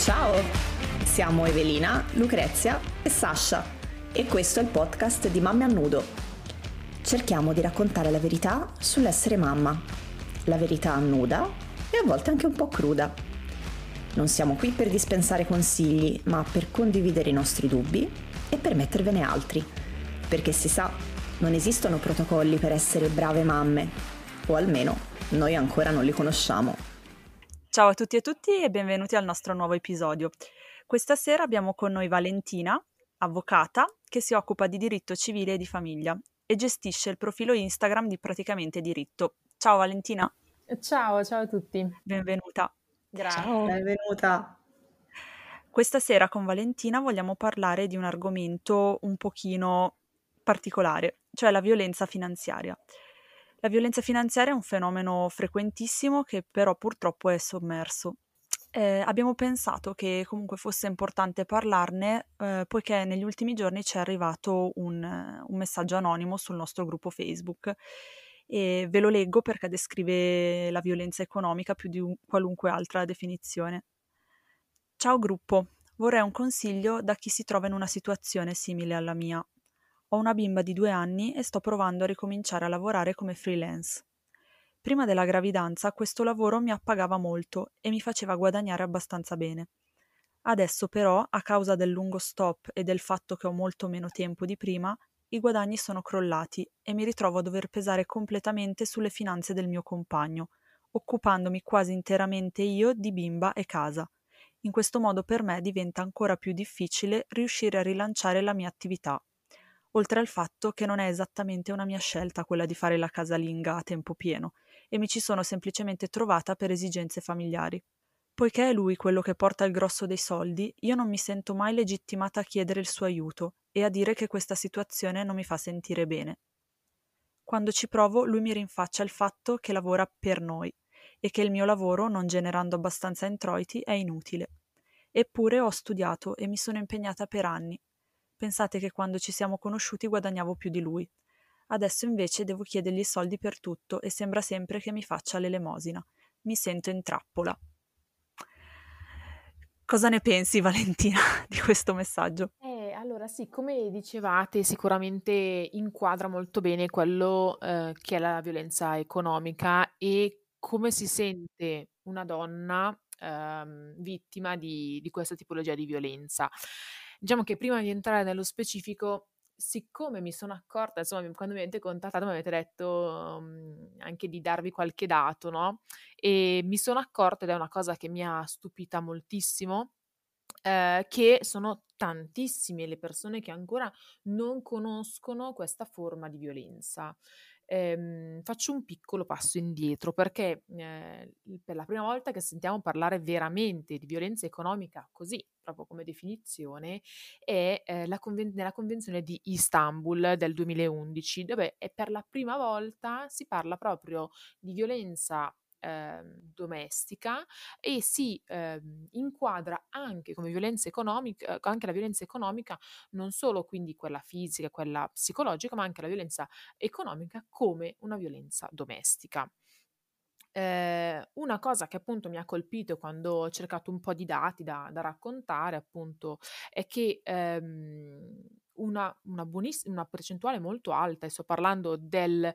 Ciao, siamo Evelina, Lucrezia e Sasha e questo è il podcast di Mamme a Nudo. Cerchiamo di raccontare la verità sull'essere mamma, la verità nuda e a volte anche un po' cruda. Non siamo qui per dispensare consigli, ma per condividere i nostri dubbi e per mettervene altri, perché si sa, non esistono protocolli per essere brave mamme, o almeno noi ancora non li conosciamo. Ciao a tutti e benvenuti al nostro nuovo episodio. Questa sera abbiamo con noi Valentina, avvocata, che si occupa di diritto civile e di famiglia e gestisce il profilo Instagram di Praticamente Diritto. Ciao Valentina. Ciao a tutti. Benvenuta. Grazie. Ciao. Benvenuta. Questa sera con Valentina vogliamo parlare di un argomento un pochino particolare, cioè la violenza finanziaria. La violenza finanziaria è un fenomeno frequentissimo che però purtroppo è sommerso. Abbiamo pensato che comunque fosse importante parlarne, poiché negli ultimi giorni ci è arrivato un messaggio anonimo sul nostro gruppo Facebook e ve lo leggo perché descrive la violenza economica più di qualunque altra definizione. Ciao gruppo, vorrei un consiglio da chi si trova in una situazione simile alla mia. Ho una bimba di 2 anni e sto provando a ricominciare a lavorare come freelance. Prima della gravidanza questo lavoro mi appagava molto e mi faceva guadagnare abbastanza bene. Adesso però, a causa del lungo stop e del fatto che ho molto meno tempo di prima, i guadagni sono crollati e mi ritrovo a dover pesare completamente sulle finanze del mio compagno, occupandomi quasi interamente io di bimba e casa. In questo modo per me diventa ancora più difficile riuscire a rilanciare la mia attività. Oltre al fatto che non è esattamente una mia scelta quella di fare la casalinga a tempo pieno, e mi ci sono semplicemente trovata per esigenze familiari. Poiché è lui quello che porta il grosso dei soldi, io non mi sento mai legittimata a chiedere il suo aiuto e a dire che questa situazione non mi fa sentire bene. Quando ci provo, lui mi rinfaccia il fatto che lavora per noi e che il mio lavoro, non generando abbastanza introiti, è inutile. Eppure ho studiato e mi sono impegnata per anni. Pensate che quando ci siamo conosciuti guadagnavo più di lui. Adesso invece devo chiedergli i soldi per tutto e sembra sempre che mi faccia l'elemosina. Mi sento in trappola. Cosa ne pensi, Valentina, di questo messaggio? Allora sì, come dicevate, sicuramente inquadra molto bene quello che è la violenza economica e come si sente una donna vittima di questa tipologia di violenza. Diciamo che prima di entrare nello specifico, siccome mi sono accorta, insomma, quando mi avete contattato mi avete detto anche di darvi qualche dato, no? E mi sono accorta, ed è una cosa che mi ha stupita moltissimo, che sono tantissime le persone che ancora non conoscono questa forma di violenza. Faccio un piccolo passo indietro perché, per la prima volta che sentiamo parlare veramente di violenza economica così, proprio come definizione, è, nella Convenzione di Istanbul del 2011, dove per la prima volta si parla proprio di violenza domestica e si inquadra anche come violenza economica, anche la violenza economica, non solo quindi quella fisica, quella psicologica, ma anche la violenza economica come una violenza domestica. Una cosa che appunto mi ha colpito quando ho cercato un po' di dati da raccontare appunto è che una percentuale molto alta, e sto parlando del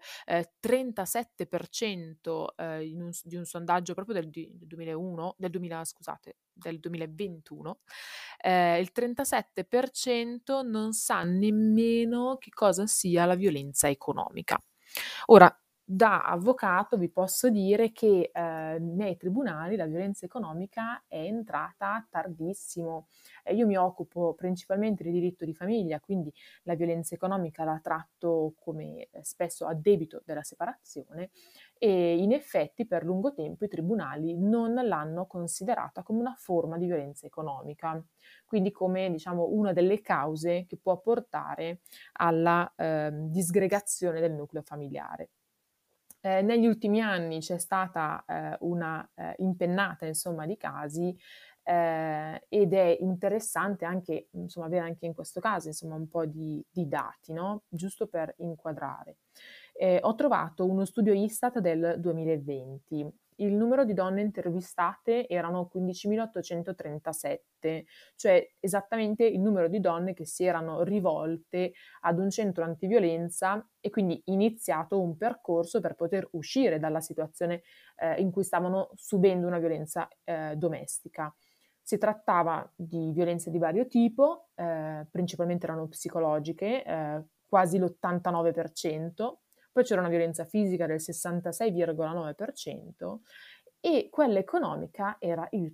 37% di un sondaggio proprio del 2001, del 2000, scusate, del 2021, il 37% non sa nemmeno che cosa sia la violenza economica. Ora, da avvocato vi posso dire che nei tribunali la violenza economica è entrata tardissimo. Io mi occupo principalmente di diritto di famiglia, quindi la violenza economica la tratto come spesso a debito della separazione e in effetti per lungo tempo i tribunali non l'hanno considerata come una forma di violenza economica, quindi come diciamo una delle cause che può portare alla disgregazione del nucleo familiare. Negli ultimi anni c'è stata una impennata insomma di casi ed è interessante anche insomma avere anche in questo caso insomma un po' di dati, no? Giusto per inquadrare. Ho trovato uno studio Istat del 2020 il numero di donne intervistate erano 15.837, cioè esattamente il numero di donne che si erano rivolte ad un centro antiviolenza e quindi iniziato un percorso per poter uscire dalla situazione in cui stavano subendo una violenza domestica. Si trattava di violenze di vario tipo, principalmente erano psicologiche, quasi l'89%, poi c'era una violenza fisica del 66,9% e quella economica era il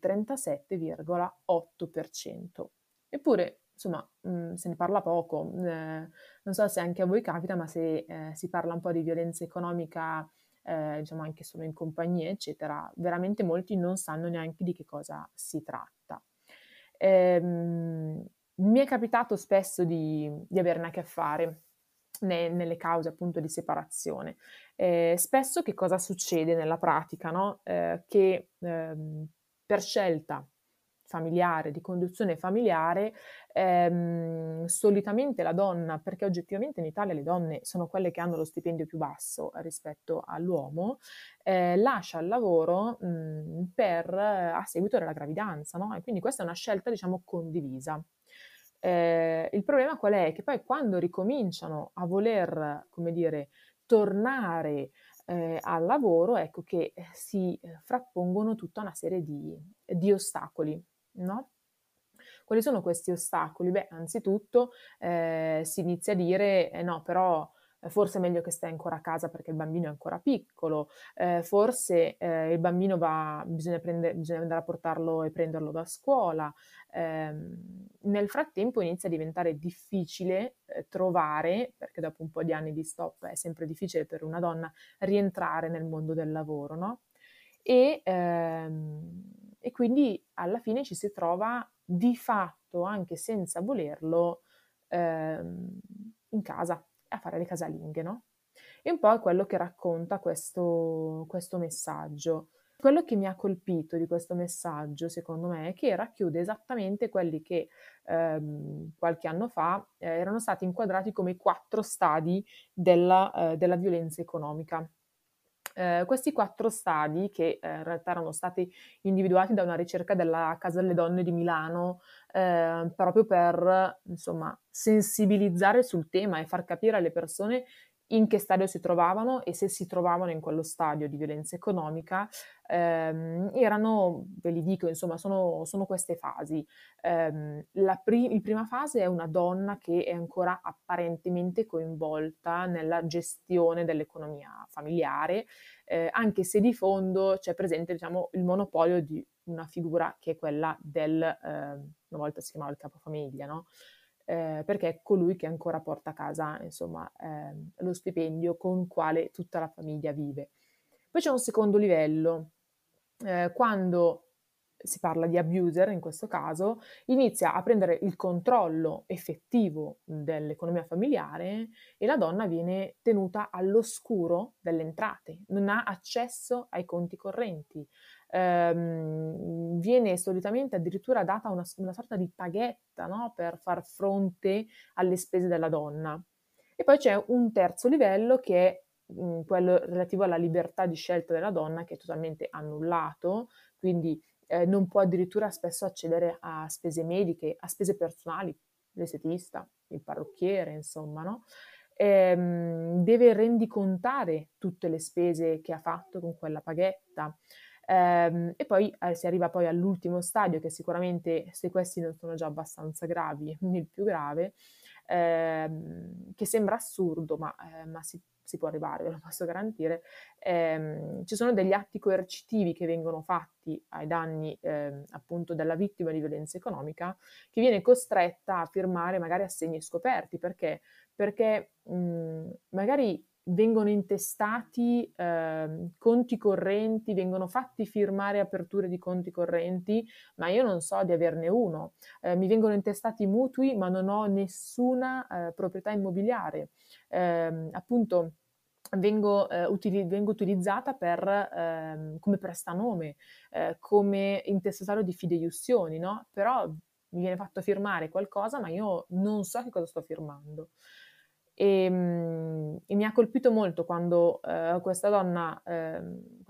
37,8%. Eppure, insomma, se ne parla poco. Non so se anche a voi capita, ma se si parla un po' di violenza economica, diciamo anche solo in compagnia, eccetera, veramente molti non sanno neanche di che cosa si tratta. Mi è capitato spesso di averne a che fare nelle cause appunto di separazione. Spesso che cosa succede nella pratica, no? Che per scelta familiare, di conduzione familiare, solitamente la donna, perché oggettivamente in Italia le donne sono quelle che hanno lo stipendio più basso rispetto all'uomo, lascia il lavoro a seguito della gravidanza, no? E quindi questa è una scelta, diciamo, condivisa. Il problema qual è? Che poi quando ricominciano a voler, come dire, tornare al lavoro, ecco che si frappongono tutta una serie di ostacoli, no? Quali sono questi ostacoli? Beh, anzitutto si inizia a dire, no, però forse è meglio che stai ancora a casa perché il bambino è ancora piccolo, forse il bambino bisogna andare a portarlo e prenderlo da scuola. Nel frattempo inizia a diventare difficile trovare, perché dopo un po' di anni di stop è sempre difficile per una donna rientrare nel mondo del lavoro, no? E quindi alla fine ci si trova di fatto, anche senza volerlo, in casa a fare le casalinghe, no? E un po' è quello che racconta questo messaggio. Quello che mi ha colpito di questo messaggio, secondo me, è che racchiude esattamente quelli che qualche anno fa erano stati inquadrati come i 4 stadi della violenza economica. Questi 4 stadi, che in realtà erano stati individuati da una ricerca della Casa delle Donne di Milano, proprio per, insomma, sensibilizzare sul tema e far capire alle persone in che stadio si trovavano e se si trovavano in quello stadio di violenza economica, ve li dico, insomma, sono queste fasi. Il prima fase è una donna che è ancora apparentemente coinvolta nella gestione dell'economia familiare, anche se di fondo c'è presente, diciamo, il monopolio di una figura che è quella una volta si chiamava il capofamiglia, no? Perché è colui che ancora porta a casa, insomma, lo stipendio con quale tutta la famiglia vive. Poi c'è un secondo livello, quando si parla di abuser in questo caso, inizia a prendere il controllo effettivo dell'economia familiare e la donna viene tenuta all'oscuro delle entrate, non ha accesso ai conti correnti. Viene solitamente addirittura data una sorta di paghetta, no? Per far fronte alle spese della donna. E poi c'è un terzo livello che è quello relativo alla libertà di scelta della donna, che è totalmente annullato, quindi non può addirittura spesso accedere a spese mediche, a spese personali, l'estetista, il parrucchiere, insomma, no? Deve rendicontare tutte le spese che ha fatto con quella paghetta. E poi si arriva poi all'ultimo stadio, che sicuramente, se questi non sono già abbastanza gravi, il più grave, che sembra assurdo, ma si può arrivare, ve lo posso garantire. Ci sono degli atti coercitivi che vengono fatti ai danni appunto della vittima di violenza economica, che viene costretta a firmare magari assegni scoperti, perché magari vengono intestati conti correnti, vengono fatti firmare aperture di conti correnti, ma io non so di averne uno. Mi vengono intestati mutui, ma non ho nessuna proprietà immobiliare. Appunto, vengo utilizzata come prestanome, come intestatario di fideiussioni, no? Però mi viene fatto firmare qualcosa, ma io non so che cosa sto firmando. E mi ha colpito molto quando questa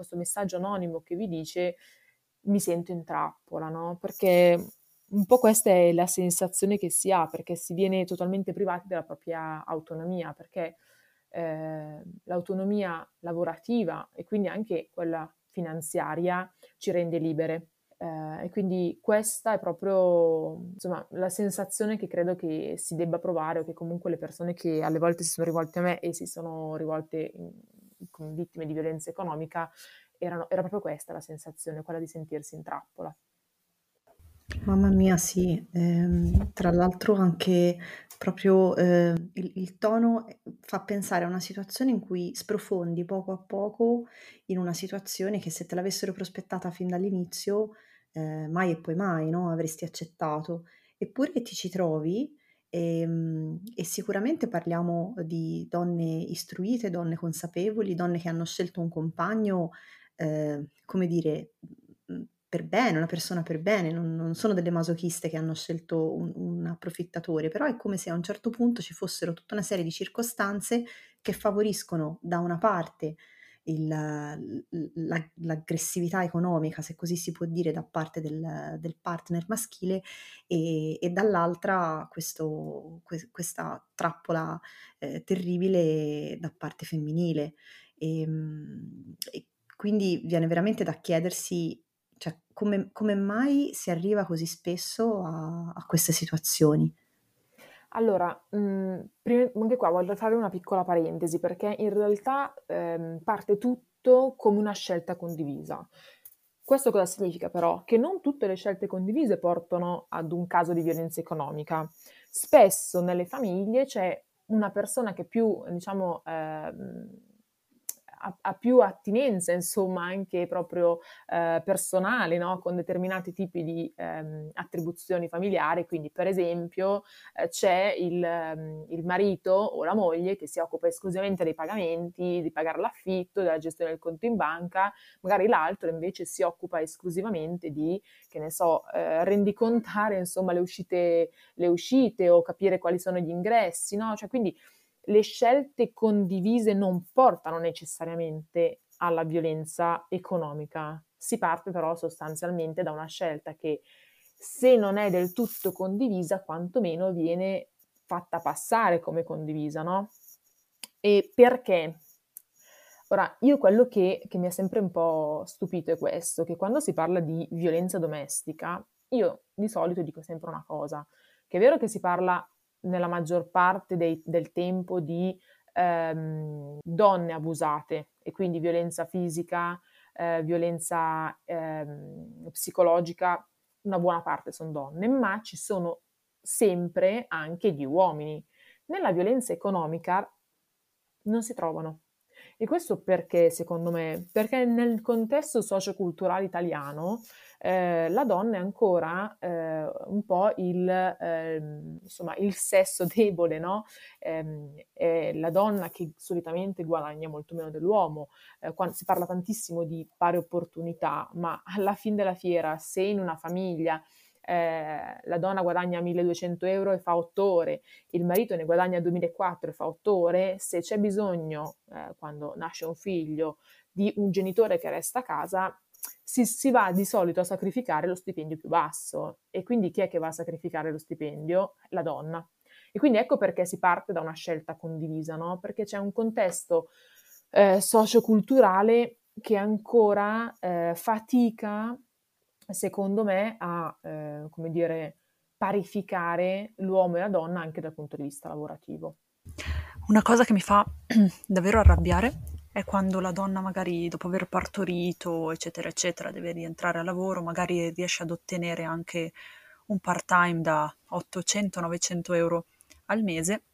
questo messaggio anonimo che vi dice mi sento in trappola, no? Perché un po' questa è la sensazione che si ha, perché si viene totalmente privati della propria autonomia, perché l'autonomia lavorativa e quindi anche quella finanziaria ci rende libere. E quindi questa è proprio, insomma, la sensazione che credo che si debba provare, o che comunque le persone che alle volte si sono rivolte a me e si sono rivolte come vittime di violenza economica, era proprio questa la sensazione, quella di sentirsi in trappola. Mamma mia, sì. Tra l'altro anche proprio il tono fa pensare a una situazione in cui sprofondi poco a poco in una situazione che se te l'avessero prospettata fin dall'inizio, mai e poi mai, no? Avresti accettato. Eppure ti ci trovi e sicuramente parliamo di donne istruite, donne consapevoli, donne che hanno scelto un compagno, come dire, per bene, una persona per bene, non sono delle masochiste che hanno scelto un approfittatore, però è come se a un certo punto ci fossero tutta una serie di circostanze che favoriscono da una parte l'aggressività economica, se così si può dire, da parte del partner maschile e dall'altra questa trappola terribile da parte femminile. E quindi viene veramente da chiedersi, cioè, come mai si arriva così spesso a queste situazioni? Allora, anche qua voglio fare una piccola parentesi, perché in realtà, parte tutto come una scelta condivisa. Questo cosa significa però? Che non tutte le scelte condivise portano ad un caso di violenza economica. Spesso nelle famiglie c'è una persona che più, diciamo, ha più attinenza, insomma, anche proprio personale, no? Con determinati tipi di attribuzioni familiari. Quindi, per esempio, c'è il marito o la moglie che si occupa esclusivamente dei pagamenti, di pagare l'affitto, della gestione del conto in banca, magari l'altro invece si occupa esclusivamente di, che ne so, rendicontare, insomma, le uscite o capire quali sono gli ingressi, no? Cioè, quindi le scelte condivise non portano necessariamente alla violenza economica. Si parte però sostanzialmente da una scelta che, se non è del tutto condivisa, quantomeno viene fatta passare come condivisa, no? E perché? Ora, io quello che mi ha sempre un po' stupito è questo, che quando si parla di violenza domestica, io di solito dico sempre una cosa, che è vero che si parla nella maggior parte del tempo di donne abusate e quindi violenza fisica, violenza psicologica, una buona parte sono donne, ma ci sono sempre anche gli uomini. Nella violenza economica non si trovano. E questo perché, secondo me? Perché nel contesto socioculturale italiano la donna è ancora un po' insomma, il sesso debole, no? È la donna che solitamente guadagna molto meno dell'uomo. Quando si parla tantissimo di pari opportunità, ma alla fin della fiera, se in una famiglia la donna guadagna 1200 euro e fa 8 ore, il marito ne guadagna 2004 e fa 8 ore, se c'è bisogno, quando nasce un figlio, di un genitore che resta a casa, si va di solito a sacrificare lo stipendio più basso. E quindi chi è che va a sacrificare lo stipendio? La donna. E quindi ecco perché si parte da una scelta condivisa, no? Perché c'è un contesto socioculturale che ancora fatica, secondo me, a, come dire, parificare l'uomo e la donna anche dal punto di vista lavorativo. Una cosa che mi fa davvero arrabbiare è quando la donna magari dopo aver partorito, eccetera, eccetera, deve rientrare al lavoro, magari riesce ad ottenere anche un part-time da 800-900 euro al mese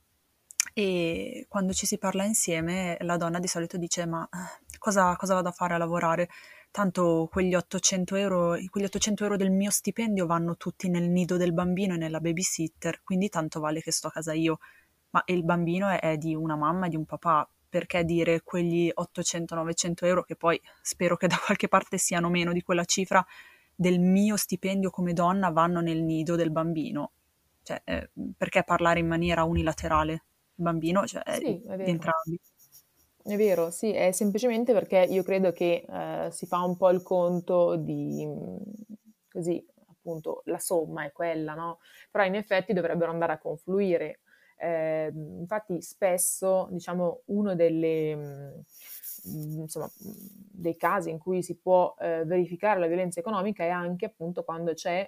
e quando ci si parla insieme la donna di solito dice ma cosa vado a fare a lavorare? Tanto quegli 800 euro del mio stipendio vanno tutti nel nido del bambino e nella babysitter, quindi tanto vale che sto a casa io. Ma il bambino è di una mamma e di un papà, perché dire quegli 800-900 euro, che poi spero che da qualche parte siano meno di quella cifra, del mio stipendio come donna vanno nel nido del bambino? Cioè, perché parlare in maniera unilaterale? Il bambino, cioè, è Sì, è di vero. entrambi. È vero, sì, è semplicemente perché io credo che si fa un po' il conto di così, appunto, la somma è quella, no? Però in effetti dovrebbero andare a confluire. Infatti spesso, diciamo, uno insomma, dei casi in cui si può verificare la violenza economica è anche appunto quando c'è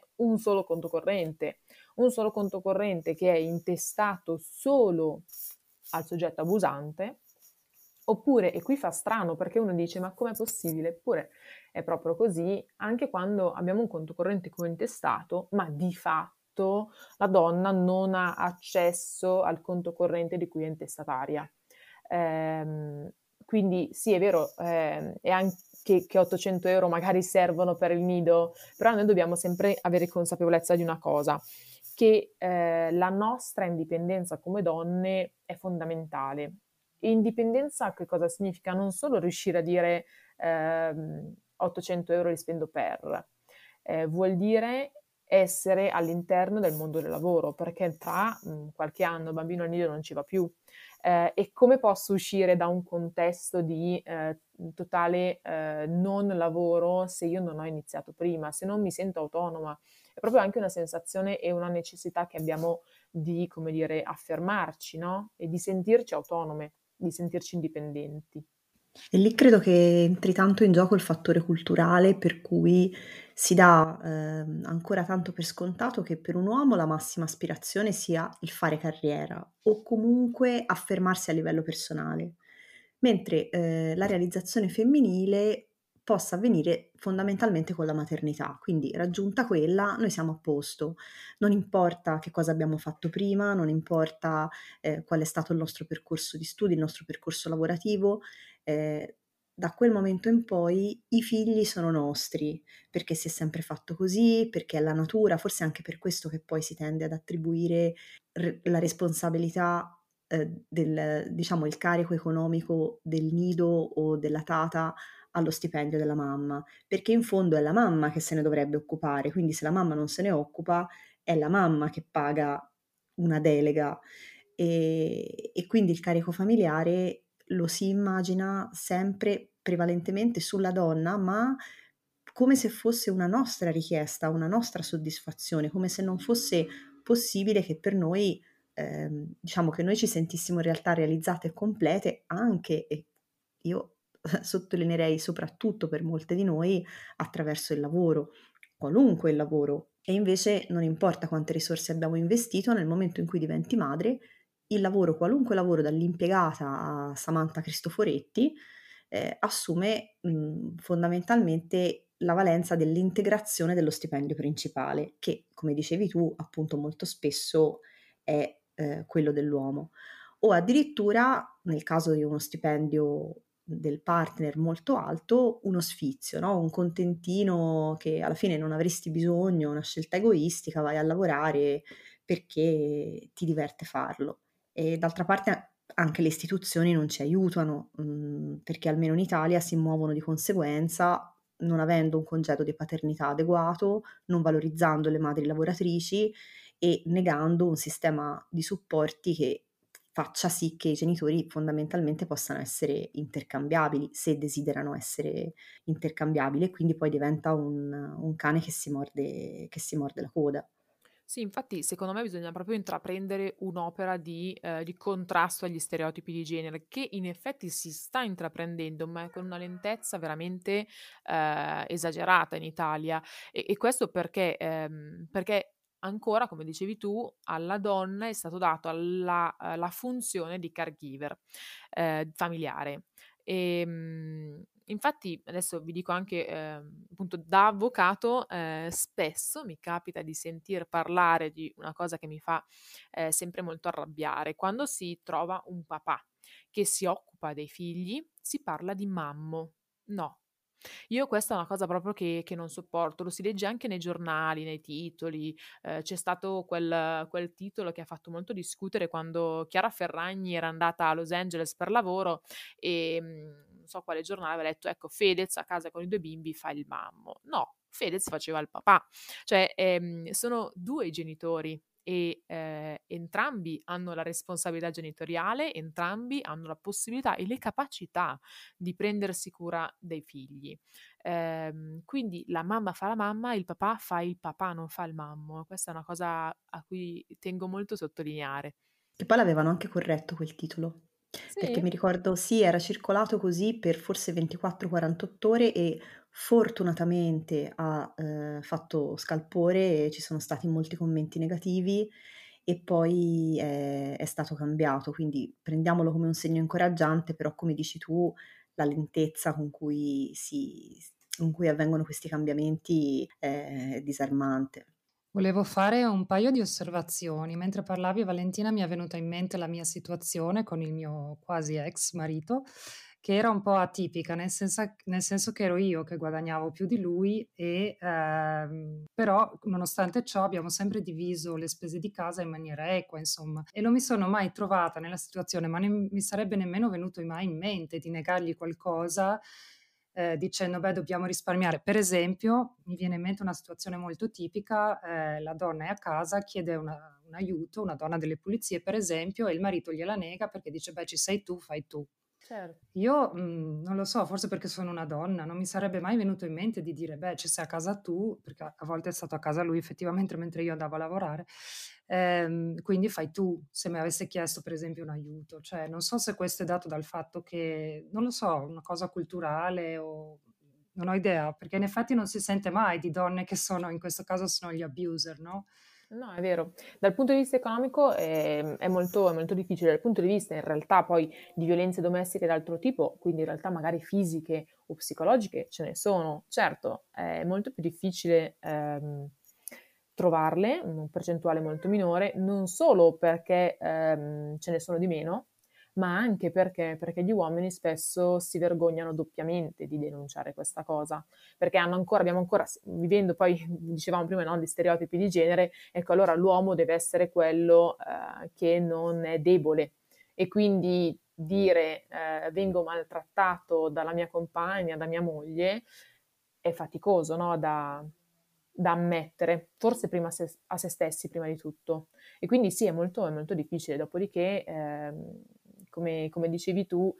un solo conto corrente che è intestato solo al soggetto abusante. Oppure, e qui fa strano perché uno dice ma com'è possibile? Eppure è proprio così, anche quando abbiamo un conto corrente cointestato, ma di fatto la donna non ha accesso al conto corrente di cui è intestataria. Ehm, quindi sì, è vero, è anche che 800 euro magari servono per il nido, però noi dobbiamo sempre avere consapevolezza di una cosa, che la nostra indipendenza come donne è fondamentale. Indipendenza che cosa significa? Non solo riuscire a dire 800 euro li spendo per, vuol dire essere all'interno del mondo del lavoro, perché tra qualche anno il bambino al nido non ci va più. E come posso uscire da un contesto di totale non lavoro se io non ho iniziato prima, se non mi sento autonoma? È proprio anche una sensazione e una necessità che abbiamo di, come dire, affermarci, no? E di sentirci autonome, di sentirci indipendenti. E lì credo che entri tanto in gioco il fattore culturale, per cui si dà, ancora tanto per scontato che per un uomo la massima aspirazione sia il fare carriera o comunque affermarsi a livello personale, mentre, la realizzazione femminile possa avvenire fondamentalmente con la maternità. Quindi raggiunta quella, noi siamo a posto. Non importa che cosa abbiamo fatto prima, non importa, qual è stato il nostro percorso di studi, il nostro percorso lavorativo, ehm, da quel momento in poi i figli sono nostri, perché si è sempre fatto così, perché è la natura, forse è anche per questo che poi si tende ad attribuire la responsabilità, del diciamo il carico economico del nido o della tata allo stipendio della mamma, perché in fondo è la mamma che se ne dovrebbe occupare, quindi se la mamma non se ne occupa è la mamma che paga una delega. E quindi il carico familiare lo si immagina sempre prevalentemente sulla donna, ma come se fosse una nostra richiesta, una nostra soddisfazione, come se non fosse possibile che per noi, diciamo che noi ci sentissimo in realtà realizzate e complete anche, e io sottolineerei soprattutto per molte di noi, attraverso il lavoro, qualunque il lavoro. E invece non importa quante risorse abbiamo investito, nel momento in cui diventi madre, il lavoro, qualunque lavoro, dall'impiegata a Samantha Cristoforetti, assume, fondamentalmente la valenza dell'integrazione dello stipendio principale, che, come dicevi tu, appunto molto spesso è, quello dell'uomo. O addirittura, nel caso di uno stipendio del partner molto alto, uno sfizio, no, un contentino che alla fine non avresti bisogno, una scelta egoistica, vai a lavorare perché ti diverte farlo. E d'altra parte anche le istituzioni non ci aiutano, perché almeno in Italia si muovono di conseguenza, non avendo un congedo di paternità adeguato, non valorizzando le madri lavoratrici e negando un sistema di supporti che faccia sì che i genitori fondamentalmente possano essere intercambiabili, se desiderano essere intercambiabili, e quindi poi diventa un cane che si morde la coda. Sì, infatti secondo me bisogna proprio intraprendere un'opera di contrasto agli stereotipi di genere, che in effetti si sta intraprendendo, ma con una lentezza veramente esagerata in Italia. E questo perché ancora, come dicevi tu, alla donna è stato dato la funzione di caregiver familiare. Infatti adesso vi dico anche, appunto da avvocato, spesso mi capita di sentir parlare di una cosa che mi fa, sempre molto arrabbiare. Quando si trova un papà che si occupa dei figli, si parla di mammo. No. Io questa è una cosa proprio che non sopporto, lo si legge anche nei giornali, nei titoli, c'è stato quel titolo che ha fatto molto discutere quando Chiara Ferragni era andata a Los Angeles per lavoro, non so quale giornale aveva letto: "Ecco, Fedez a casa con i 2 bimbi fa il mammo". No, Fedez faceva il papà. Cioè, sono 2 i genitori e entrambi hanno la responsabilità genitoriale, entrambi hanno la possibilità e le capacità di prendersi cura dei figli. Quindi la mamma fa la mamma, il papà fa il papà, non fa il mammo. Questa è una cosa a cui tengo molto a sottolineare. Che poi l'avevano anche corretto quel titolo, perché Sì? mi ricordo sì, era circolato così per forse 24, 48 ore e fortunatamente ha, fatto scalpore e ci sono stati molti commenti negativi e poi è stato cambiato, quindi prendiamolo come un segno incoraggiante, però come dici tu la lentezza con cui avvengono questi cambiamenti è disarmante. Volevo fare un paio di osservazioni. Mentre parlavi, Valentina, mi è venuta in mente la mia situazione con il mio quasi ex marito, che era un po' atipica, nel senso che ero io che guadagnavo più di lui e però nonostante ciò abbiamo sempre diviso le spese di casa in maniera equa, insomma, e non mi sono mai trovata nella situazione, ma mi sarebbe nemmeno venuto mai in mente di negargli qualcosa dicendo: "Beh, dobbiamo risparmiare". Per esempio, mi viene in mente una situazione molto tipica, la donna è a casa, chiede un aiuto, una donna delle pulizie per esempio, e il marito gliela nega perché dice: "Beh, ci sei tu, fai tu". Certo. Io, non lo so, forse perché sono una donna, non mi sarebbe mai venuto in mente di dire: "Beh, ci sei a casa tu", perché a volte è stato a casa lui effettivamente mentre io andavo a lavorare, quindi fai tu, se mi avesse chiesto per esempio un aiuto. Cioè, non so se questo è dato dal fatto che, non lo so, una cosa culturale o non ho idea, perché in effetti non si sente mai di donne che sono in questo caso sono gli abuser, no? No, è vero. Dal punto di vista economico, è molto difficile. Dal punto di vista in realtà poi di violenze domestiche d'altro tipo, quindi in realtà magari fisiche o psicologiche, ce ne sono. Certo, è molto più difficile, trovarle, una percentuale molto minore, non solo perché, ce ne sono di meno, ma anche perché gli uomini spesso si vergognano doppiamente di denunciare questa cosa, perché abbiamo ancora vivendo poi dicevamo prima, no, di stereotipi di genere, ecco allora l'uomo deve essere quello, che non è debole e quindi dire, "Vengo maltrattato dalla mia compagna, da mia moglie", è faticoso, no, da ammettere, forse prima a se stessi prima di tutto. E quindi sì, è molto difficile. Dopodiché, come dicevi tu,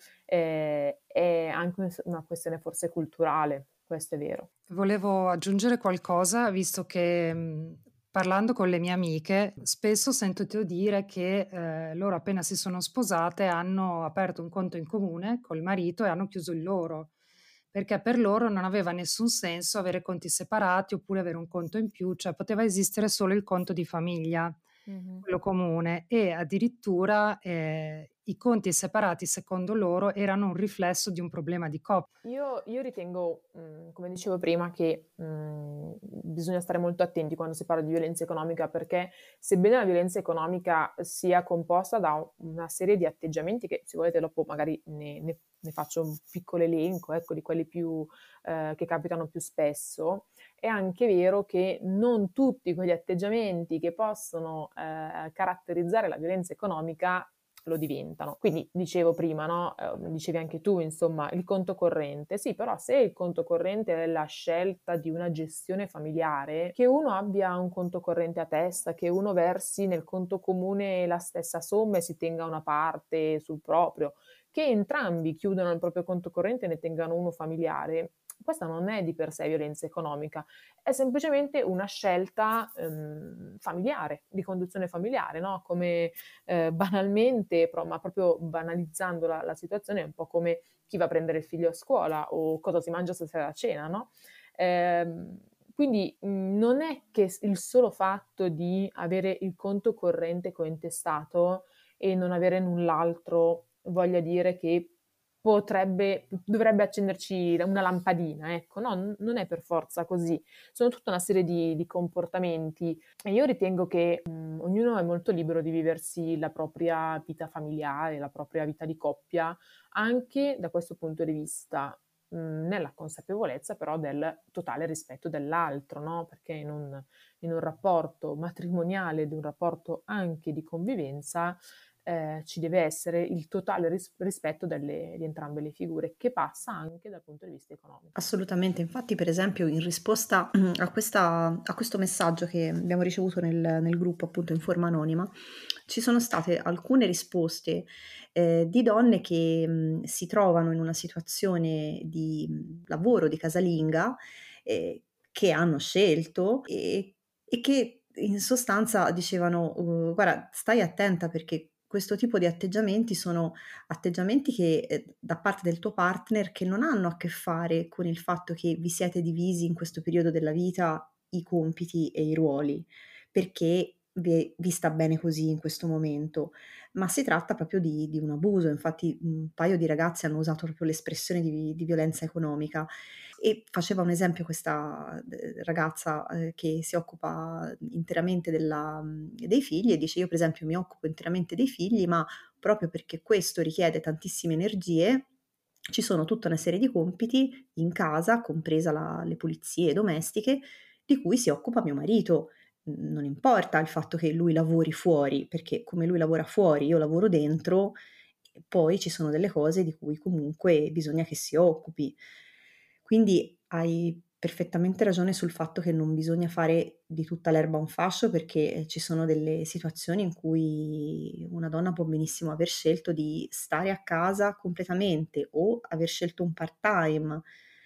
è anche una questione forse culturale, questo è vero. Volevo aggiungere qualcosa, visto che, parlando con le mie amiche, spesso sento dire che, loro appena si sono sposate hanno aperto un conto in comune col marito e hanno chiuso il loro, perché per loro non aveva nessun senso avere conti separati oppure avere un conto in più, cioè poteva esistere solo il conto di famiglia, Mh-mh. quello comune e addirittura, i conti separati secondo loro erano un riflesso di un problema di coppia. Io ritengo, come dicevo prima, che, bisogna stare molto attenti quando si parla di violenza economica, perché sebbene la violenza economica sia composta da una serie di atteggiamenti che, se volete dopo magari ne faccio un piccolo elenco, ecco, di quelli più che capitano più spesso, è anche vero che non tutti quegli atteggiamenti che possono, caratterizzare la violenza economica lo diventano. Quindi dicevo prima, no, dicevi anche tu insomma, il conto corrente. Sì, però se il conto corrente è la scelta di una gestione familiare, che uno abbia un conto corrente a testa, che uno versi nel conto comune la stessa somma e si tenga una parte sul proprio, che entrambi chiudano il proprio conto corrente e ne tengano uno familiare, questa non è di per sé violenza economica, è semplicemente una scelta, familiare, di conduzione familiare, no, come, banalmente, ma proprio banalizzando la situazione, è un po' come chi va a prendere il figlio a scuola o cosa si mangia stasera a cena, no, ehm, quindi, non è che il solo fatto di avere il conto corrente cointestato e non avere null'altro voglia dire che dovrebbe accenderci una lampadina, ecco. No, non è per forza così. Sono tutta una serie di comportamenti e io ritengo che, ognuno è molto libero di viversi la propria vita familiare, la propria vita di coppia, anche da questo punto di vista, nella consapevolezza però del totale rispetto dell'altro, no, perché in un rapporto matrimoniale, ed un rapporto anche di convivenza, ci deve essere il totale rispetto di entrambe le figure, che passa anche dal punto di vista economico. Assolutamente, infatti per esempio in risposta a questo messaggio che abbiamo ricevuto nel gruppo appunto in forma anonima, ci sono state alcune risposte di donne che si trovano in una situazione di lavoro, di casalinga, che hanno scelto e che in sostanza dicevano, guarda, stai attenta perché questo tipo di atteggiamenti sono atteggiamenti che, da parte del tuo partner che non hanno a che fare con il fatto che vi siete divisi in questo periodo della vita i compiti e i ruoli, perché vi sta bene così in questo momento, ma si tratta proprio di un abuso. Infatti un paio di ragazze hanno usato proprio l'espressione di violenza economica e faceva un esempio questa, ragazza, che si occupa interamente dei figli e dice: "Io per esempio mi occupo interamente dei figli, ma proprio perché questo richiede tantissime energie, ci sono tutta una serie di compiti in casa, compresa le pulizie domestiche, di cui si occupa mio marito. Non importa il fatto che lui lavori fuori, perché come lui lavora fuori, io lavoro dentro, e poi ci sono delle cose di cui comunque bisogna che si occupi." Quindi hai perfettamente ragione sul fatto che non bisogna fare di tutta l'erba un fascio, perché ci sono delle situazioni in cui una donna può benissimo aver scelto di stare a casa completamente o aver scelto un part-time,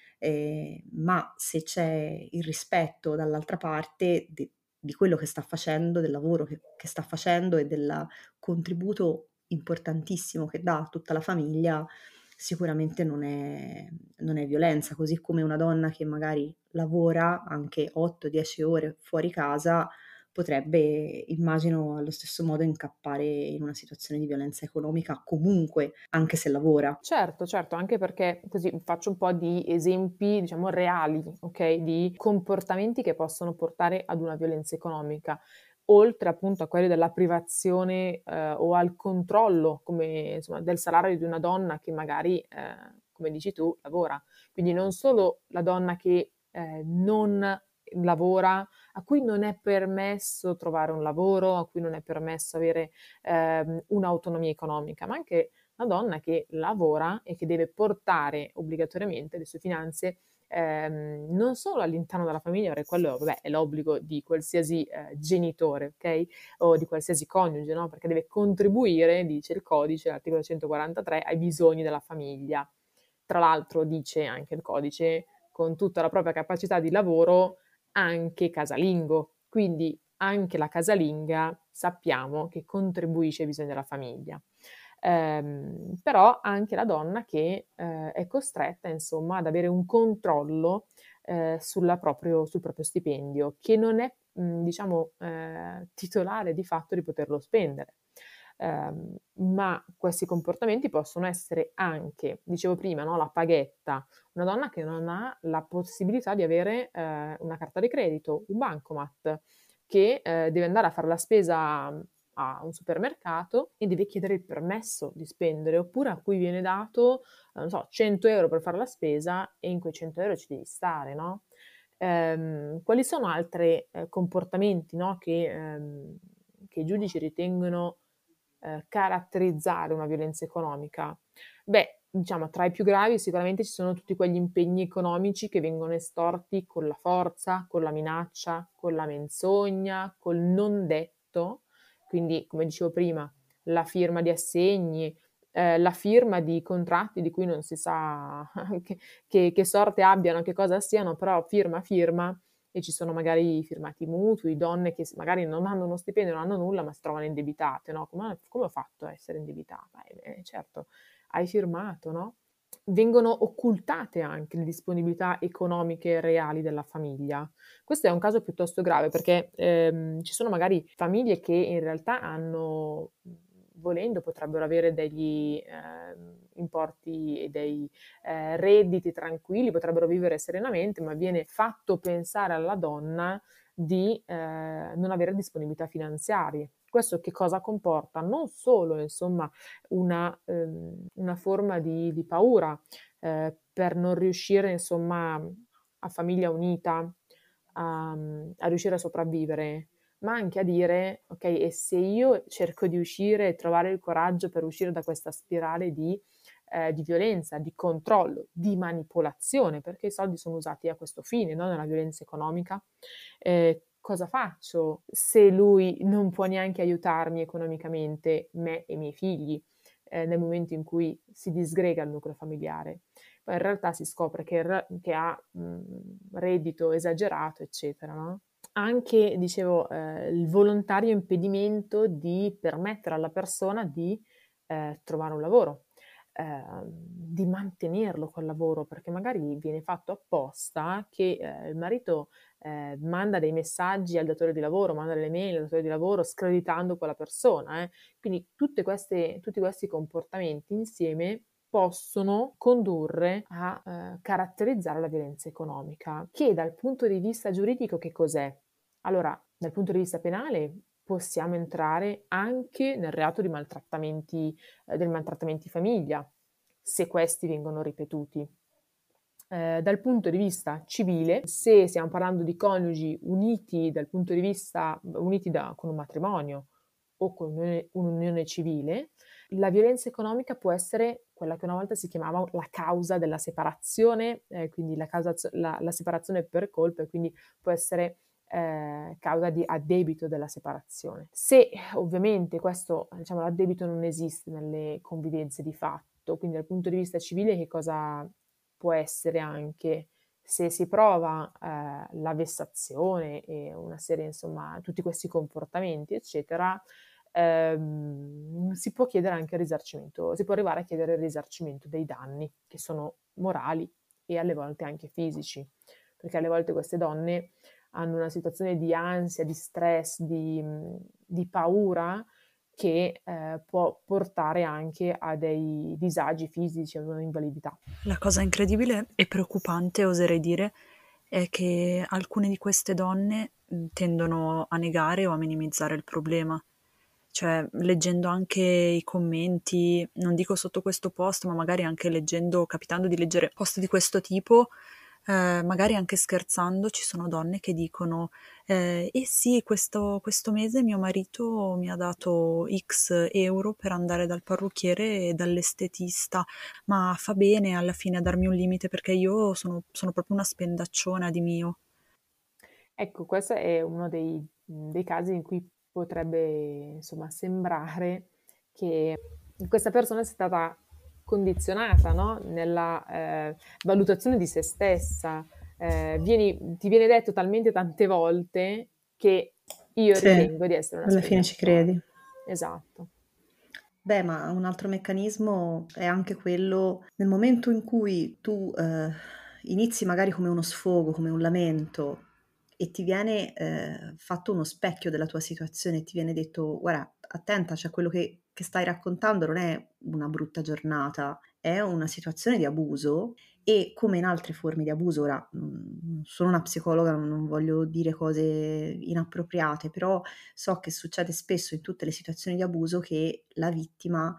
ma se c'è il rispetto dall'altra parte di quello che sta facendo, del lavoro che sta facendo e del contributo importantissimo che dà a tutta la famiglia, sicuramente non è violenza, così come una donna che magari lavora anche 8, 10 ore fuori casa potrebbe, immagino, allo stesso modo incappare in una situazione di violenza economica comunque, anche se lavora. Certo, certo, anche perché così faccio un po' di esempi, diciamo, reali, ok? Di comportamenti che possono portare ad una violenza economica, oltre appunto a quelli della privazione o al controllo, come, insomma, del salario di una donna che magari, come dici tu, lavora. Quindi non solo la donna che non lavora, a cui non è permesso trovare un lavoro, a cui non è permesso avere un'autonomia economica, ma anche una donna che lavora e che deve portare obbligatoriamente le sue finanze non solo all'interno della famiglia, perché quello vabbè, è l'obbligo di qualsiasi genitore, ok? O di qualsiasi coniuge, no? Perché deve contribuire, dice il codice, l'articolo 143, ai bisogni della famiglia. Tra l'altro dice anche il codice, con tutta la propria capacità di lavoro, anche casalingo. Quindi anche la casalinga sappiamo che contribuisce ai bisogni della famiglia. Però anche la donna che è costretta, insomma, ad avere un controllo sul proprio stipendio, che non è, diciamo, titolare di fatto di poterlo spendere. Ma questi comportamenti possono essere anche, dicevo prima, no, la paghetta, una donna che non ha la possibilità di avere una carta di credito, un bancomat, che deve andare a fare la spesa a un supermercato e deve chiedere il permesso di spendere, oppure a cui viene dato, non so, 100 euro per fare la spesa e in quei 100 euro ci devi stare, no? Quali sono altri comportamenti, no, che i giudici ritengono caratterizzare una violenza economica? Beh, diciamo, tra i più gravi sicuramente ci sono tutti quegli impegni economici che vengono estorti con la forza, con la minaccia, con la menzogna, col non detto. Quindi, come dicevo prima, la firma di assegni, la firma di contratti di cui non si sa che sorte abbiano, che cosa siano, però firma e ci sono magari firmati mutui, donne che magari non hanno uno stipendio, non hanno nulla, ma si trovano indebitate, no? Come ho fatto a essere indebitata? Certo, hai firmato, no? Vengono occultate anche le disponibilità economiche reali della famiglia. Questo è un caso piuttosto grave perché ci sono magari famiglie che in realtà hanno, volendo, potrebbero avere degli importi e dei redditi tranquilli, potrebbero vivere serenamente, ma viene fatto pensare alla donna di non avere disponibilità finanziarie. Questo che cosa comporta? Non solo, insomma, una forma di paura per non riuscire, insomma, a famiglia unita a riuscire a sopravvivere, ma anche a dire, ok, e se io cerco di uscire e trovare il coraggio per uscire da questa spirale di violenza, di controllo, di manipolazione, perché i soldi sono usati a questo fine, no? Nella violenza economica. Cosa faccio se lui non può neanche aiutarmi economicamente, me e i miei figli, nel momento in cui si disgrega il nucleo familiare? Poi in realtà si scopre che ha reddito esagerato, eccetera, no? Anche, dicevo, il volontario impedimento di permettere alla persona di trovare un lavoro, di mantenerlo quel lavoro, perché magari viene fatto apposta che il marito manda dei messaggi al datore di lavoro, manda delle mail al datore di lavoro screditando quella persona. Quindi tutti questi comportamenti insieme possono condurre a caratterizzare la violenza economica, che dal punto di vista giuridico che cos'è? Allora, dal punto di vista penale possiamo entrare anche nel reato di del maltrattamenti famiglia, se questi vengono ripetuti. Dal punto di vista civile, se stiamo parlando di coniugi uniti dal punto di vista con un matrimonio o con un'unione civile, la violenza economica può essere quella che una volta si chiamava la causa della separazione, quindi la separazione per colpa, e quindi può essere causa di addebito della separazione. Se ovviamente questo, diciamo, l'addebito non esiste nelle convivenze di fatto, quindi dal punto di vista civile che cosa può essere anche se si prova la vessazione e una serie, insomma, tutti questi comportamenti, eccetera, si può chiedere anche il risarcimento, si può arrivare a chiedere il risarcimento dei danni che sono morali e alle volte anche fisici, perché alle volte queste donne hanno una situazione di ansia, di stress, di paura che può portare anche a dei disagi fisici, a un'invalidità. La cosa incredibile e preoccupante, oserei dire, è che alcune di queste donne tendono a negare o a minimizzare il problema. Cioè, leggendo anche i commenti, non dico sotto questo post, ma magari anche leggendo, capitando di leggere post di questo tipo, magari anche scherzando, ci sono donne che dicono sì, questo mese mio marito mi ha dato X euro per andare dal parrucchiere e dall'estetista, ma fa bene alla fine a darmi un limite perché io sono proprio una spendacciona di mio. Ecco, questo è uno dei casi in cui potrebbe, insomma, sembrare che questa persona sia stata condizionata, no? Nella valutazione di se stessa. Ti viene detto talmente tante volte che io Sì, ritengo di essere una alla fine ci spendacciona. credi. Esatto. Beh, ma un altro meccanismo è anche quello nel momento in cui tu inizi magari come uno sfogo, come un lamento e ti viene fatto uno specchio della tua situazione e ti viene detto, guarda, attenta, cioè quello che stai raccontando non è una brutta giornata, è una situazione di abuso e come in altre forme di abuso, ora sono una psicologa, non voglio dire cose inappropriate, però so che succede spesso in tutte le situazioni di abuso che la vittima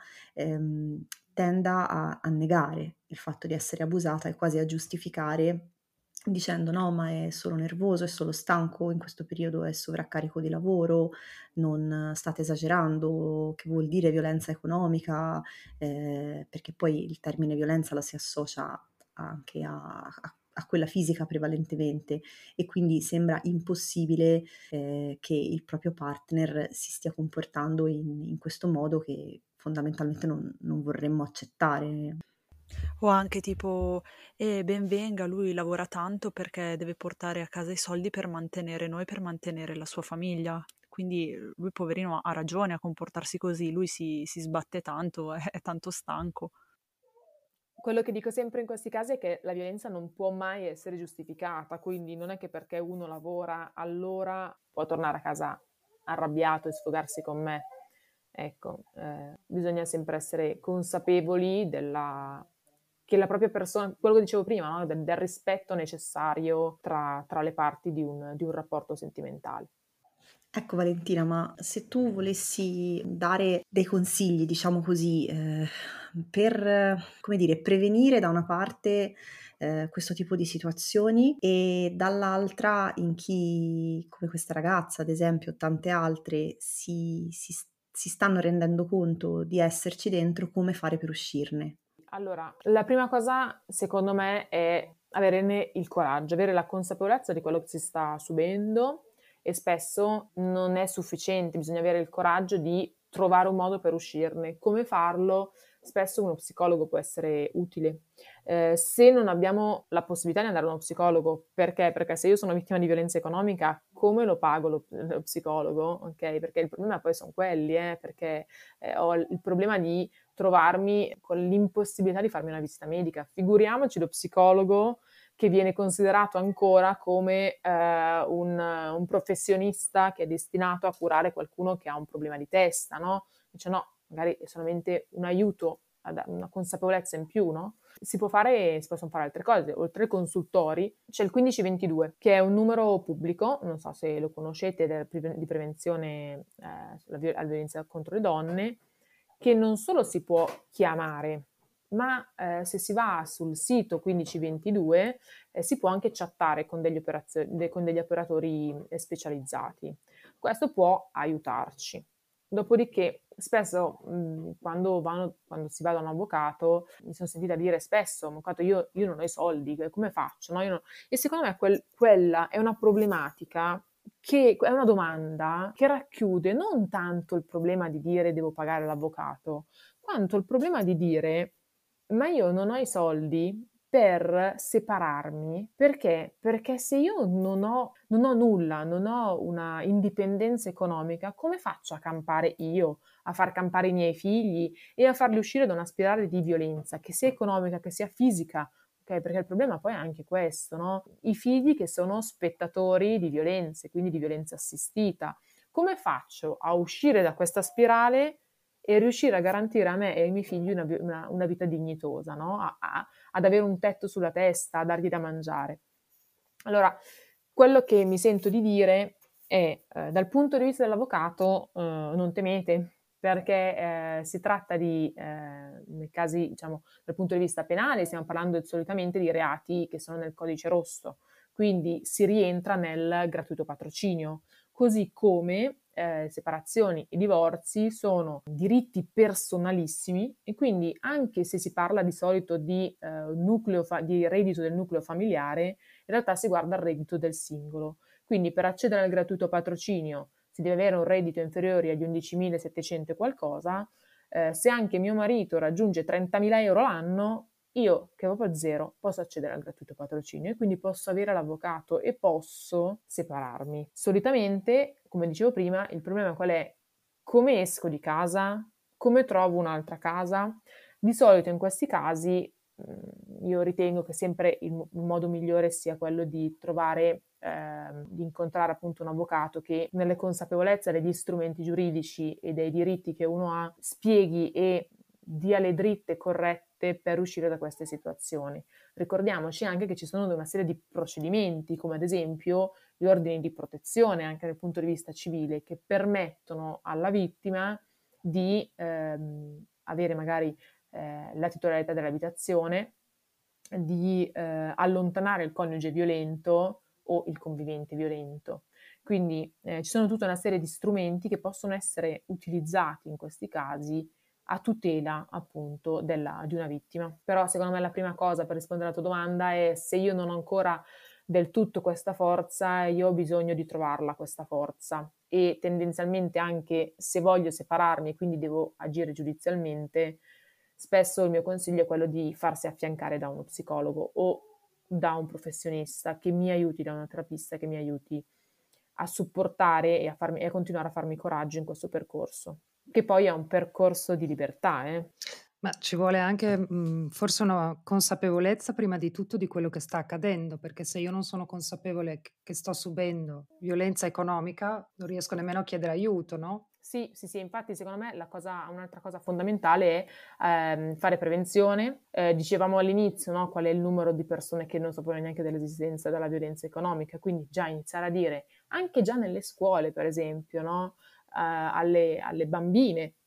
tenda a negare il fatto di essere abusata e quasi a giustificare dicendo no, ma è solo nervoso, è solo stanco, in questo periodo è sovraccarico di lavoro, non state esagerando, che vuol dire violenza economica, perché poi il termine violenza la si associa anche a quella fisica prevalentemente e quindi sembra impossibile che il proprio partner si stia comportando in questo modo che fondamentalmente non vorremmo accettare. O anche tipo, ben venga, lui lavora tanto perché deve portare a casa i soldi per mantenere noi, per mantenere la sua famiglia. Quindi lui, poverino, ha ragione a comportarsi così, lui si sbatte tanto, è tanto stanco. Quello che dico sempre in questi casi è che la violenza non può mai essere giustificata, quindi non è che perché uno lavora allora può tornare a casa arrabbiato e sfogarsi con me. Ecco, bisogna sempre essere consapevoli che la propria persona, quello che dicevo prima, no? Del rispetto necessario tra le parti di un rapporto sentimentale. Ecco Valentina, ma se tu volessi dare dei consigli, diciamo così, per, come dire, prevenire da una parte, questo tipo di situazioni e dall'altra in chi, come questa ragazza ad esempio, o tante altre, si stanno rendendo conto di esserci dentro, come fare per uscirne? Allora, la prima cosa secondo me è averne il coraggio, avere la consapevolezza di quello che si sta subendo e spesso non è sufficiente, bisogna avere il coraggio di trovare un modo per uscirne. Come farlo? Spesso uno psicologo può essere utile. Se non abbiamo la possibilità di andare a uno psicologo, perché? Perché se io sono vittima di violenza economica, come lo pago lo psicologo? Ok? Perché il problema poi sono quelli, perché ho il problema di trovarmi con l'impossibilità di farmi una visita medica. Figuriamoci lo psicologo che viene considerato ancora come un professionista che è destinato a curare qualcuno che ha un problema di testa, no? Dice no, magari è solamente un aiuto, una consapevolezza in più, no? Si possono fare altre cose. Oltre ai consultori c'è il 1522, che è un numero pubblico, non so se lo conoscete, di prevenzione alla violenza contro le donne, che non solo si può chiamare, ma se si va sul sito 1522 si può anche chattare con con degli operatori specializzati. Questo può aiutarci. Dopodiché, spesso quando si va da un avvocato, mi sono sentita dire spesso, avvocato, io non ho i soldi, come faccio? No? E secondo me quella è una problematica che è una domanda che racchiude non tanto il problema di dire devo pagare l'avvocato, quanto il problema di dire ma io non ho i soldi per separarmi, perché? Perché se io non ho nulla, non ho una indipendenza economica, come faccio a campare io, a far campare i miei figli e a farli uscire da una spirale di violenza, che sia economica, che sia fisica? Okay, perché il problema poi è anche questo, no? I figli che sono spettatori di violenze, quindi di violenza assistita. Come faccio a uscire da questa spirale e riuscire a garantire a me e ai miei figli una vita dignitosa, no? Ad avere un tetto sulla testa, a dargli da mangiare? Allora, quello che mi sento di dire è, dal punto di vista dell'avvocato, non temete, perché si tratta nei casi, diciamo, dal punto di vista penale, stiamo parlando solitamente di reati che sono nel codice rosso, quindi si rientra nel gratuito patrocinio, così come separazioni e divorzi sono diritti personalissimi e quindi anche se si parla di solito di di reddito del nucleo familiare, in realtà si guarda il reddito del singolo. Quindi per accedere al gratuito patrocinio si deve avere un reddito inferiore agli 11.700 e qualcosa. Se anche mio marito raggiunge 30.000 euro l'anno, io che ho proprio zero posso accedere al gratuito patrocinio e quindi posso avere l'avvocato e posso separarmi. Solitamente, come dicevo prima, il problema qual è? Come esco di casa? Come trovo un'altra casa? Di solito in questi casi io ritengo che sempre il modo migliore sia quello di trovare, di incontrare appunto un avvocato che nelle consapevolezze degli strumenti giuridici e dei diritti che uno ha spieghi e dia le dritte corrette per uscire da queste situazioni. Ricordiamoci anche che ci sono una serie di procedimenti, come ad esempio gli ordini di protezione, anche dal punto di vista civile, che permettono alla vittima di avere magari la titolarità dell'abitazione, di allontanare il coniuge violento o il convivente violento. Quindi ci sono tutta una serie di strumenti che possono essere utilizzati in questi casi a tutela appunto di una vittima. Però secondo me la prima cosa per rispondere alla tua domanda è se io non ho ancora del tutto questa forza, io ho bisogno di trovarla questa forza e tendenzialmente anche se voglio separarmi e quindi devo agire giudizialmente, spesso il mio consiglio è quello di farsi affiancare da uno psicologo o da un professionista che mi aiuti, da una terapista che mi aiuti a supportare e a continuare a farmi coraggio in questo percorso, che poi è un percorso di libertà, eh. Ma ci vuole anche, forse una consapevolezza prima di tutto di quello che sta accadendo, perché se io non sono consapevole che sto subendo violenza economica, non riesco nemmeno a chiedere aiuto, no? Sì, sì, sì, infatti secondo me un'altra cosa fondamentale è fare prevenzione. Dicevamo all'inizio, no, qual è il numero di persone che non sapevano neanche dell'esistenza della violenza economica, quindi già iniziare a dire, anche già nelle scuole per esempio, no, alle bambine,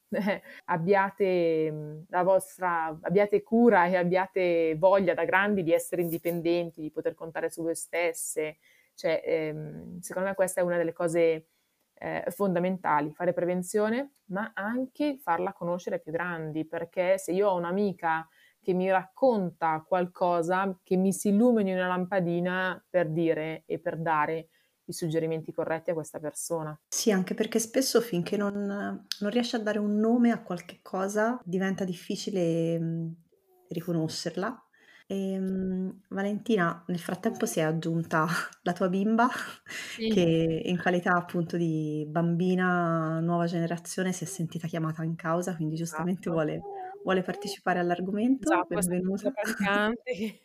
abbiate cura e abbiate voglia da grandi di essere indipendenti, di poter contare su voi stesse. Cioè, secondo me questa è una delle cose fondamentali, fare prevenzione, ma anche farla conoscere ai più grandi, perché se io ho un'amica che mi racconta qualcosa, che mi si illumini una lampadina per dire e per dare i suggerimenti corretti a questa persona. Sì, anche perché spesso finché non riesci a dare un nome a qualche cosa diventa difficile riconoscerla. Valentina, nel frattempo si è aggiunta la tua bimba Sì. che in qualità appunto di bambina nuova generazione si è sentita chiamata in causa, quindi giustamente Esatto. vuole partecipare all'argomento. Esatto, questa piccola Benvenuta. praticante.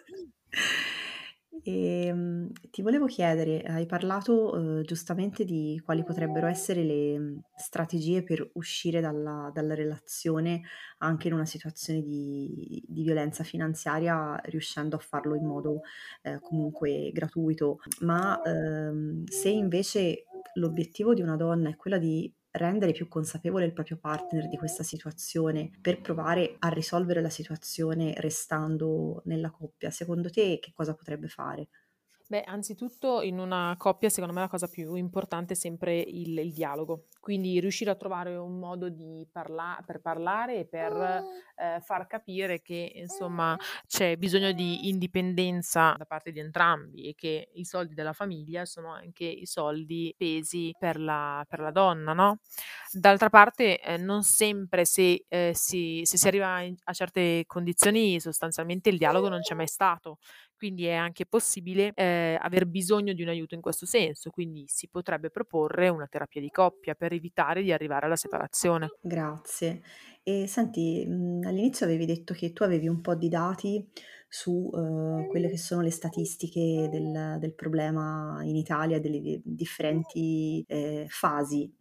Ti volevo chiedere, hai parlato, giustamente di quali potrebbero essere le, strategie per uscire dalla relazione anche in una situazione di violenza finanziaria, riuscendo a farlo in modo, comunque gratuito. Ma, se invece l'obiettivo di una donna è quella di rendere più consapevole il proprio partner di questa situazione, per provare a risolvere la situazione restando nella coppia, secondo te che cosa potrebbe fare? Beh, anzitutto in una coppia secondo me la cosa più importante è sempre il dialogo, quindi riuscire a trovare un modo per parlare e per far capire che insomma c'è bisogno di indipendenza da parte di entrambi e che i soldi della famiglia sono anche i soldi pesi per la donna, no? D'altra parte non sempre se si arriva a certe condizioni sostanzialmente il dialogo non c'è mai stato. Quindi è anche possibile, aver bisogno di un aiuto in questo senso, quindi si potrebbe proporre una terapia di coppia per evitare di arrivare alla separazione. Grazie. E senti, all'inizio avevi detto che tu avevi un po' di dati su, quelle che sono le statistiche del problema in Italia, delle differenti, fasi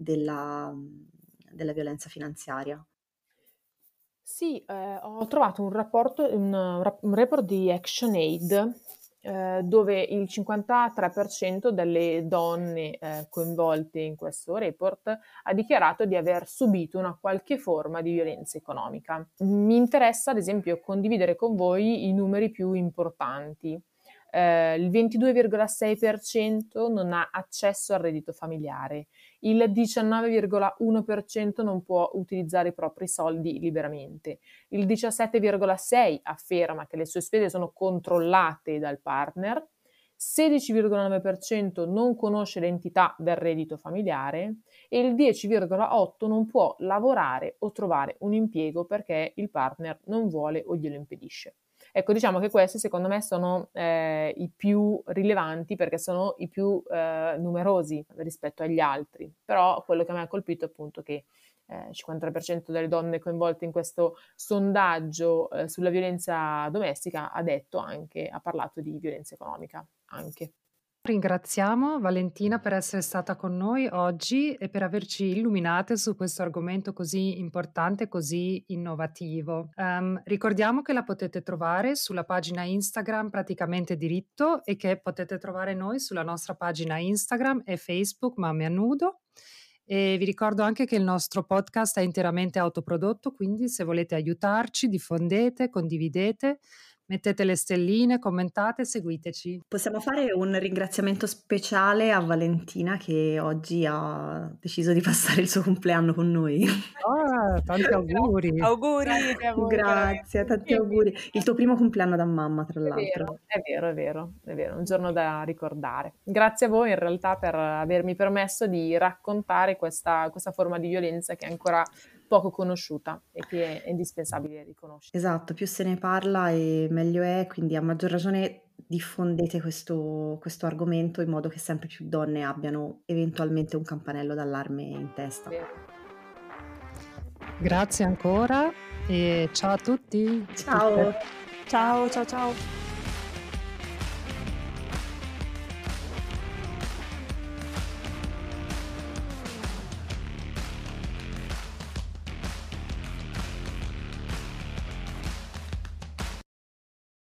della violenza finanziaria. Sì, ho trovato un report di ActionAid, dove il 53% delle donne, coinvolte in questo report ha dichiarato di aver subito una qualche forma di violenza economica. Mi interessa, ad esempio, condividere con voi i numeri più importanti. Il 22,6% non ha accesso al reddito familiare, il 19,1% non può utilizzare i propri soldi liberamente, il 17,6% afferma che le sue spese sono controllate dal partner, 16,9% non conosce l'entità del reddito familiare e il 10,8% non può lavorare o trovare un impiego perché il partner non vuole o glielo impedisce. Ecco, diciamo che questi secondo me sono i più rilevanti perché sono i più numerosi rispetto agli altri, però quello che mi ha colpito è appunto che il 53% delle donne coinvolte in questo sondaggio sulla violenza domestica ha parlato di violenza economica anche. Ringraziamo Valentina per essere stata con noi oggi e per averci illuminate su questo argomento così importante e così innovativo. Ricordiamo che la potete trovare sulla pagina Instagram Praticamente Diritto e che potete trovare noi sulla nostra pagina Instagram e Facebook Mamme a Nudo. E vi ricordo anche che il nostro podcast è interamente autoprodotto, quindi se volete aiutarci, diffondete, condividete. Mettete le stelline, commentate, seguiteci. Possiamo fare un ringraziamento speciale a Valentina che oggi ha deciso di passare il suo compleanno con noi. Tanti auguri. Auguri! Grazie a voi Grazie, tanti veramente. auguri. Il tuo primo compleanno da mamma, tra È l'altro. vero, è vero, è vero, è vero, un giorno da ricordare. Grazie a voi in realtà per avermi permesso di raccontare questa forma di violenza che è ancora poco conosciuta e che è indispensabile riconoscere. Esatto, più se ne parla e meglio è, quindi a maggior ragione diffondete questo argomento in modo che sempre più donne abbiano eventualmente un campanello d'allarme in testa. Vero. Grazie ancora e ciao a tutti. Ciao! Ciao, ciao, ciao.